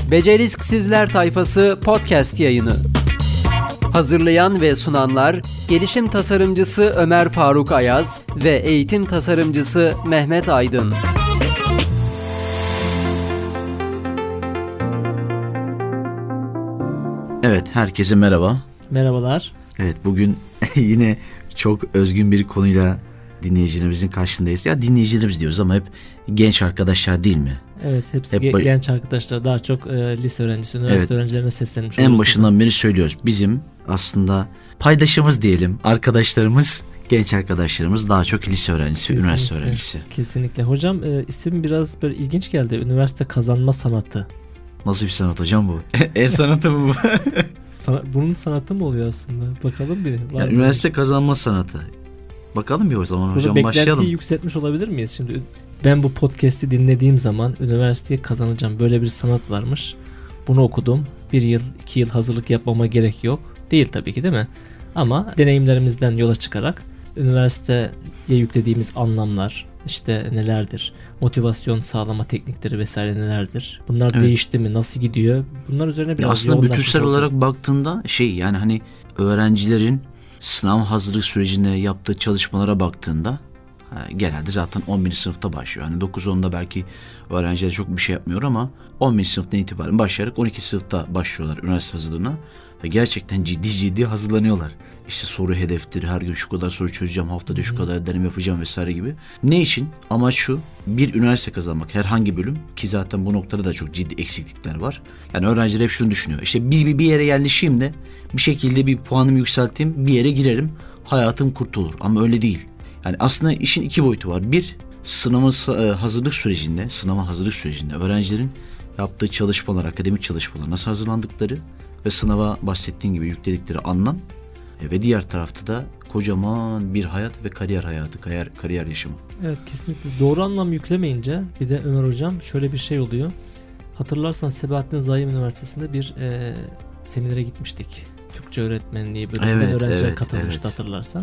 Beceriksizler Tayfası podcast yayını. Hazırlayan ve sunanlar gelişim tasarımcısı Ömer Faruk Ayaz ve eğitim tasarımcısı Mehmet Aydın. Evet, herkese merhaba. Merhabalar. Evet, bugün yine çok özgün bir konuyla dinleyicilerimizin karşısındayız. Ya dinleyicilerimiz diyoruz ama hep genç arkadaşlar değil mi? Evet, hepsi genç arkadaşlar. Daha çok lise öğrencisi, üniversite öğrencilerine seslenmiş oluyoruz. En başından beri söylüyoruz. Bizim aslında paydaşımız diyelim, arkadaşlarımız, genç arkadaşlarımız daha çok lise öğrencisi, kesinlikle, üniversite öğrencisi. Kesinlikle. Hocam isim biraz böyle ilginç geldi. Üniversite kazanma sanatı. Nasıl bir sanat hocam bu? sanatı mı bu? Bunun sanatı mı oluyor aslında? Bakalım bir. Yani üniversite kazanma sanatı. Bakalım bir o zaman hocam, beklentiyi başlayalım. Beklentiyi yükseltmiş olabilir miyiz? Şimdi ben bu podcast'i dinlediğim zaman üniversiteyi kazanacağım. Böyle bir sanat varmış. Bunu okudum. 1 yıl, 2 yıl hazırlık yapmama gerek yok. Değil tabii ki, değil mi? Ama deneyimlerimizden yola çıkarak üniversiteye yüklediğimiz anlamlar işte nelerdir? Motivasyon sağlama teknikleri vesaire nelerdir? Bunlar değişti mi? Nasıl gidiyor? Bunlar üzerine biraz aslında bütünsel olarak baktığında yani hani öğrencilerin sınav hazırlık sürecinde yaptığı çalışmalara baktığında genelde zaten 11. sınıfta başlıyor. Hani 9-10'da belki öğrenciler çok bir şey yapmıyor ama 11. sınıftan itibaren başlayarak 12. sınıfta başlıyorlar üniversite hazırlığına. Ve gerçekten ciddi hazırlanıyorlar. İşte soru hedeftir, her gün şu kadar soru çözeceğim, haftada şu kadar deneme yapacağım vesaire gibi. Ne için? Amaç şu, bir üniversite kazanmak, herhangi bölüm ki zaten bu noktada da çok ciddi eksiklikler var. Yani öğrenciler hep şunu düşünüyor. İşte bir yere yerleşeyim de bir şekilde bir puanımı yükselteyim, bir yere girerim, hayatım kurtulur. Ama öyle değil. Yani aslında işin iki boyutu var. Bir, sınava hazırlık sürecinde öğrencilerin yaptığı çalışmalar, akademik çalışmalar nasıl hazırlandıkları ve sınava bahsettiğin gibi yükledikleri anlam ve diğer tarafta da kocaman bir hayat ve kariyer yaşamı. Evet, kesinlikle. Doğru anlam yüklemeyince bir de Ömer Hocam şöyle bir şey oluyor. Hatırlarsan Sebahattin Zaim Üniversitesi'nde bir seminere gitmiştik. Türkçe öğretmenliği bölümünden öğrenciler katılmıştı hatırlarsan.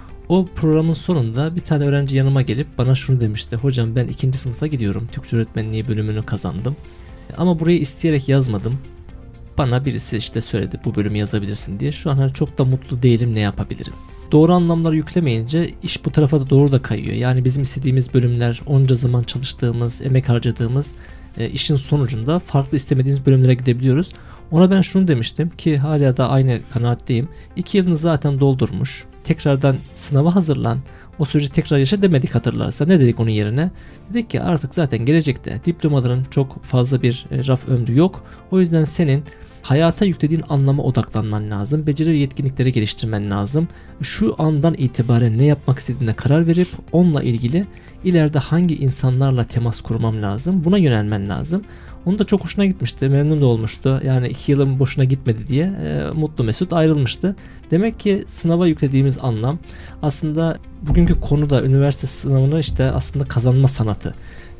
O programın sonunda bir tane öğrenci yanıma gelip bana şunu demişti. Hocam ben 2. sınıfa gidiyorum. Türkçe öğretmenliği bölümünü kazandım. Ama burayı isteyerek yazmadım. Bana birisi işte söyledi bu bölümü yazabilirsin diye. Şu an çok da mutlu değilim, ne yapabilirim? Doğru anlamları yüklemeyince iş bu tarafa da doğru da kayıyor. Yani bizim istediğimiz bölümler, onca zaman çalıştığımız, emek harcadığımız işin sonucunda farklı istemediğimiz bölümlere gidebiliyoruz. Ona ben şunu demiştim ki hala da aynı kanaatteyim. 2 yılını zaten doldurmuş. Tekrardan sınava hazırlan. O süreci tekrar yaşa demedik hatırlarsa. Ne dedik onun yerine? Dedik ki artık zaten gelecekte diplomaların çok fazla bir raf ömrü yok. O yüzden senin hayata yüklediğin anlama odaklanman lazım. Beceri ve yetkinlikleri geliştirmen lazım. Şu andan itibaren ne yapmak istediğine karar verip onunla ilgili ileride hangi insanlarla temas kurmam lazım, buna yönelmen lazım. Onun da çok hoşuna gitmişti. Memnun da olmuştu. Yani 2 yılım boşuna gitmedi diye mutlu mesut ayrılmıştı. Demek ki sınava yüklediğimiz anlam aslında bugünkü konu da üniversite sınavını işte aslında kazanma sanatı.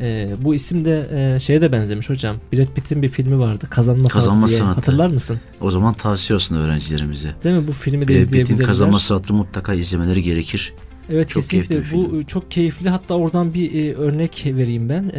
Bu isim de şeye de benzemiş hocam. Brad Pitt'in bir filmi vardı. Kazanma sanatı diye. Hatırlar mısın? O zaman tavsiye olsun öğrencilerimize. Değil mi? Bu filmi de izleyebilirler. Brad Pitt'in Kazanma Sanatı mutlaka izlemeleri gerekir. Evet, çok kesinlikle bu çok keyifli. Hatta oradan bir örnek vereyim ben.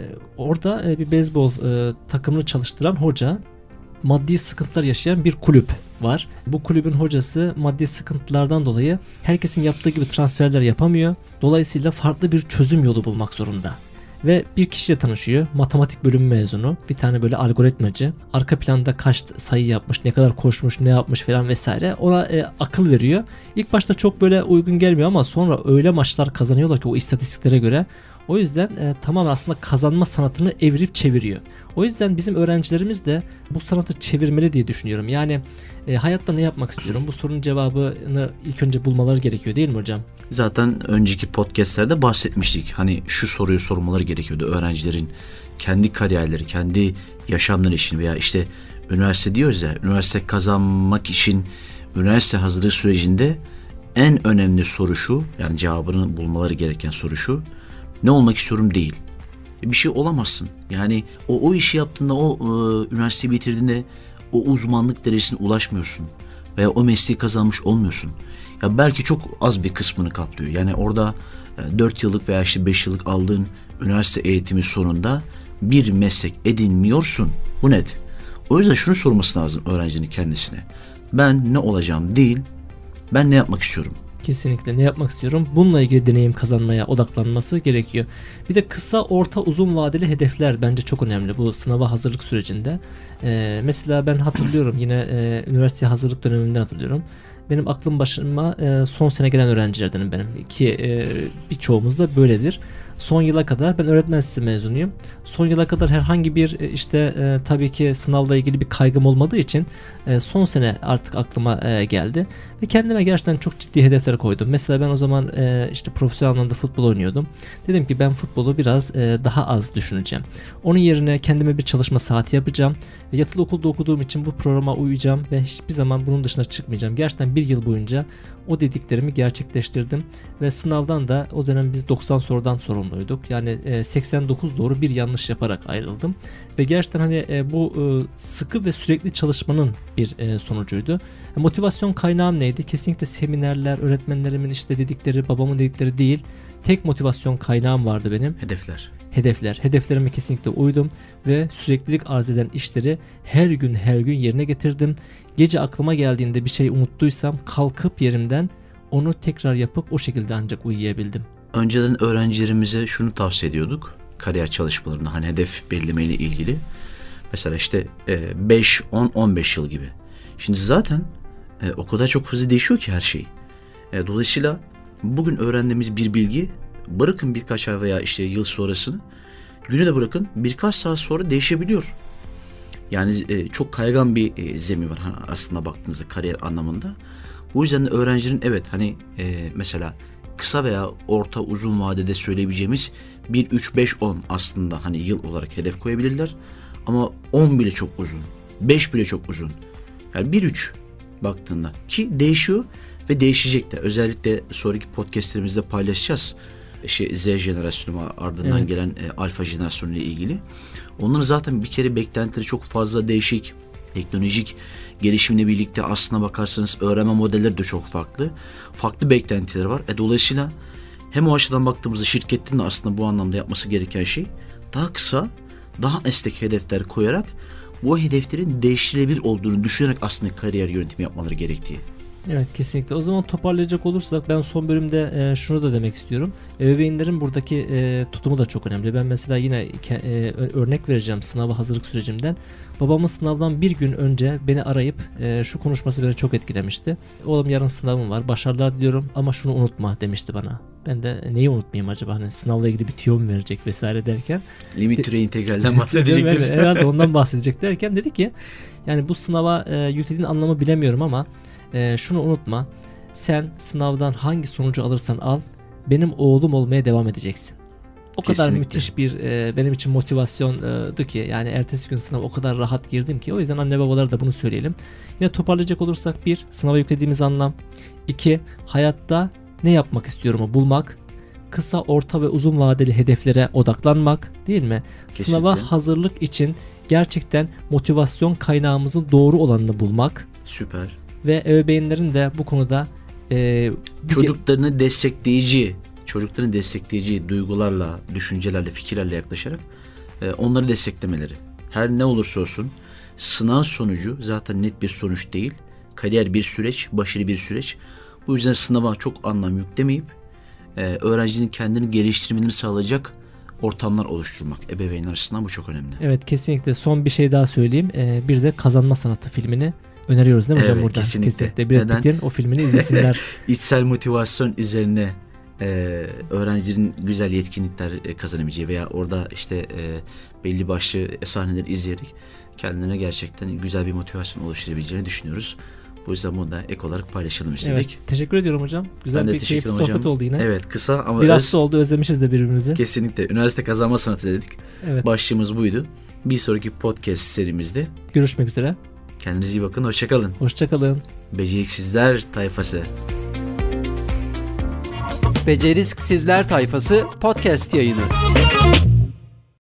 Orada bir beyzbol takımını çalıştıran hoca, maddi sıkıntılar yaşayan bir kulüp var. Bu kulübün hocası maddi sıkıntılardan dolayı herkesin yaptığı gibi transferler yapamıyor. Dolayısıyla farklı bir çözüm yolu bulmak zorunda. Ve bir kişiyle tanışıyor. Matematik bölümü mezunu. Bir tane böyle algoritmacı. Arka planda kaç sayı yapmış, ne kadar koşmuş, ne yapmış falan vesaire. Ona akıl veriyor. İlk başta çok böyle uygun gelmiyor ama sonra öyle maçlar kazanıyorlar ki o istatistiklere göre. O yüzden tamamen aslında kazanma sanatını evirip çeviriyor. O yüzden bizim öğrencilerimiz de bu sanatı çevirmeli diye düşünüyorum. Yani hayatta ne yapmak istiyorum? Bu sorunun cevabını ilk önce bulmaları gerekiyor, değil mi hocam? Zaten önceki podcastlerde bahsetmiştik. Hani şu soruyu sormaları gerekiyordu öğrencilerin kendi kariyerleri, kendi yaşamları için veya işte üniversite diyoruz ya, üniversite kazanmak için üniversite hazırlığı sürecinde en önemli soru şu, yani cevabını bulmaları gereken soru şu: ne olmak istiyorum değil. Bir şey olamazsın. Yani o işi yaptığında, üniversiteyi bitirdiğinde o uzmanlık derecesine ulaşmıyorsun veya o mesleği kazanmış olmuyorsun. Ya belki çok az bir kısmını kaplıyor. Yani orada 4 yıllık veya işte 5 yıllık aldığın üniversite eğitimi sonunda bir meslek edinmiyorsun. Bu net. O yüzden şunu sorması lazım öğrencinin kendisine. Ben ne olacağım değil, ben ne yapmak istiyorum? Kesinlikle ne yapmak istiyorum? Bununla ilgili deneyim kazanmaya odaklanması gerekiyor. Bir de kısa, orta, uzun vadeli hedefler bence çok önemli bu sınava hazırlık sürecinde. Mesela ben hatırlıyorum yine üniversite hazırlık dönemimden hatırlıyorum. Benim aklım başıma son sene gelen öğrencilerdenim benim. Ki birçoğumuz da böyledir. Son yıla kadar ben öğretmen lisesi mezunuyum. Son yıla kadar herhangi bir tabii ki sınavla ilgili bir kaygım olmadığı için son sene artık aklıma geldi. Ve kendime gerçekten çok ciddi hedefler koydum. Mesela ben o zaman profesyonel anlamda futbol oynuyordum. Dedim ki ben futbolu biraz daha az düşüneceğim. Onun yerine kendime bir çalışma saati yapacağım. Ve yatılı okulda okuduğum için bu programa uyacağım ve hiçbir zaman bunun dışına çıkmayacağım. Gerçekten bir yıl boyunca o dediklerimi gerçekleştirdim. Ve sınavdan da o dönem biz 90 sorudan sorumluyduk. Yani 89 doğru bir yanlış yaparak ayrıldım. Ve gerçekten bu sıkı ve sürekli çalışmanın bir sonucuydu. Motivasyon kaynağım neydi? Kesinlikle seminerler, öğretmenlerimin dedikleri, babamın dedikleri değil. Tek motivasyon kaynağım vardı benim. Hedefler. Hedeflerime kesinlikle uydum ve süreklilik arz eden işleri her gün yerine getirdim. Gece aklıma geldiğinde bir şey unuttuysam kalkıp yerimden onu tekrar yapıp o şekilde ancak uyuyabildim. Önceden öğrencilerimize şunu tavsiye ediyorduk. Kariyer çalışmalarında hedef belirlemeyle ilgili. Mesela 5, 10, 15 yıl gibi. Şimdi zaten o kadar çok hızlı değişiyor ki her şey. Dolayısıyla bugün öğrendiğimiz bir bilgi bırakın birkaç ay veya yıl sonrasını, günü de bırakın birkaç saat sonra değişebiliyor. Yani çok kaygan bir zemin var aslında baktığınızda kariyer anlamında. Bu yüzden de öğrencinin mesela kısa veya orta uzun vadede söyleyebileceğimiz 1, 3, 5, 10 aslında yıl olarak hedef koyabilirler. Ama 10 bile çok uzun. 5 bile çok uzun. Yani 1, 3 baktığında ki değişiyor ve değişecek de. Özellikle sonraki podcastlerimizde paylaşacağız. Z jenerasyonu ardından gelen alfa jenerasyonu ile ilgili. Onların zaten bir kere beklentileri çok fazla değişik. Teknolojik gelişimle birlikte aslına bakarsanız öğrenme modelleri de çok farklı. Farklı beklentileri var. Dolayısıyla hem o açıdan baktığımızda şirketin de aslında bu anlamda yapması gereken şey daha kısa, daha esnek hedefler koyarak bu hedeflerin değiştirilebilir olduğunu düşünerek aslında kariyer yönetimi yapmaları gerektiği. Evet, kesinlikle. O zaman toparlayacak olursak ben son bölümde şunu da demek istiyorum. Ebeveynlerin buradaki tutumu da çok önemli. Ben mesela yine örnek vereceğim sınava hazırlık sürecimden. Babamın sınavdan bir gün önce beni arayıp şu konuşması beni çok etkilemişti. Oğlum yarın sınavım var, başarılar diliyorum ama şunu unutma demişti bana. Ben de neyi unutmayayım acaba? Sınavla ilgili bir tüyo mu verecek vesaire derken. Limit türev integralden bahsedecektir. Herhalde ondan bahsedecek derken dedi ki yani bu sınava yüklediğin anlamı bilemiyorum ama şunu unutma, sen sınavdan hangi sonucu alırsan al benim oğlum olmaya devam edeceksin. O kadar müthiş bir benim için motivasyondu ki yani ertesi gün sınava o kadar rahat girdim ki, o yüzden anne babalara da bunu söyleyelim. Yine toparlayacak olursak 1. Sınava yüklediğimiz anlam. 2. Hayatta ne yapmak istiyorumu bulmak. Kısa, orta ve uzun vadeli hedeflere odaklanmak, değil mi? Kesinlikle. Sınava hazırlık için gerçekten motivasyon kaynağımızın doğru olanını bulmak. Süper. Ve ebeveynlerin de bu konuda çocuklarını destekleyici duygularla, düşüncelerle, fikirlerle yaklaşarak onları desteklemeleri. Her ne olursa olsun sınav sonucu zaten net bir sonuç değil. Kariyer bir süreç, başarı bir süreç. Bu yüzden sınava çok anlam yüklemeyip öğrencinin kendini geliştirmeni sağlayacak ortamlar oluşturmak. Ebeveynler açısından bu çok önemli. Evet, kesinlikle. Son bir şey daha söyleyeyim. Bir de Kazanma Sanatı filmini öneriyoruz değil mi hocam buradan? Kesinlikle. Brad Pitt'in o filmini izlesinler. İçsel motivasyon üzerine öğrencilerin güzel yetkinlikler kazanabileceği veya orada belli başlı sahneleri izleyerek kendilerine gerçekten güzel bir motivasyon oluşturabileceğini düşünüyoruz. Bu yüzden bunu da ek olarak paylaşalım istedik. Evet, teşekkür ediyorum hocam. Güzel bir keyifli sohbet oldu yine. Evet, kısa ama bir hafta oldu, özlemişiz de birbirimizi. Kesinlikle. Üniversite kazanma sanatı dedik. Evet. Başlığımız buydu. Bir sonraki podcast serimizde görüşmek üzere. Kendinize iyi bakın. Hoşçakalın. Hoşçakalın. Beceriksizler tayfası. Beceriksizler tayfası podcast yayını.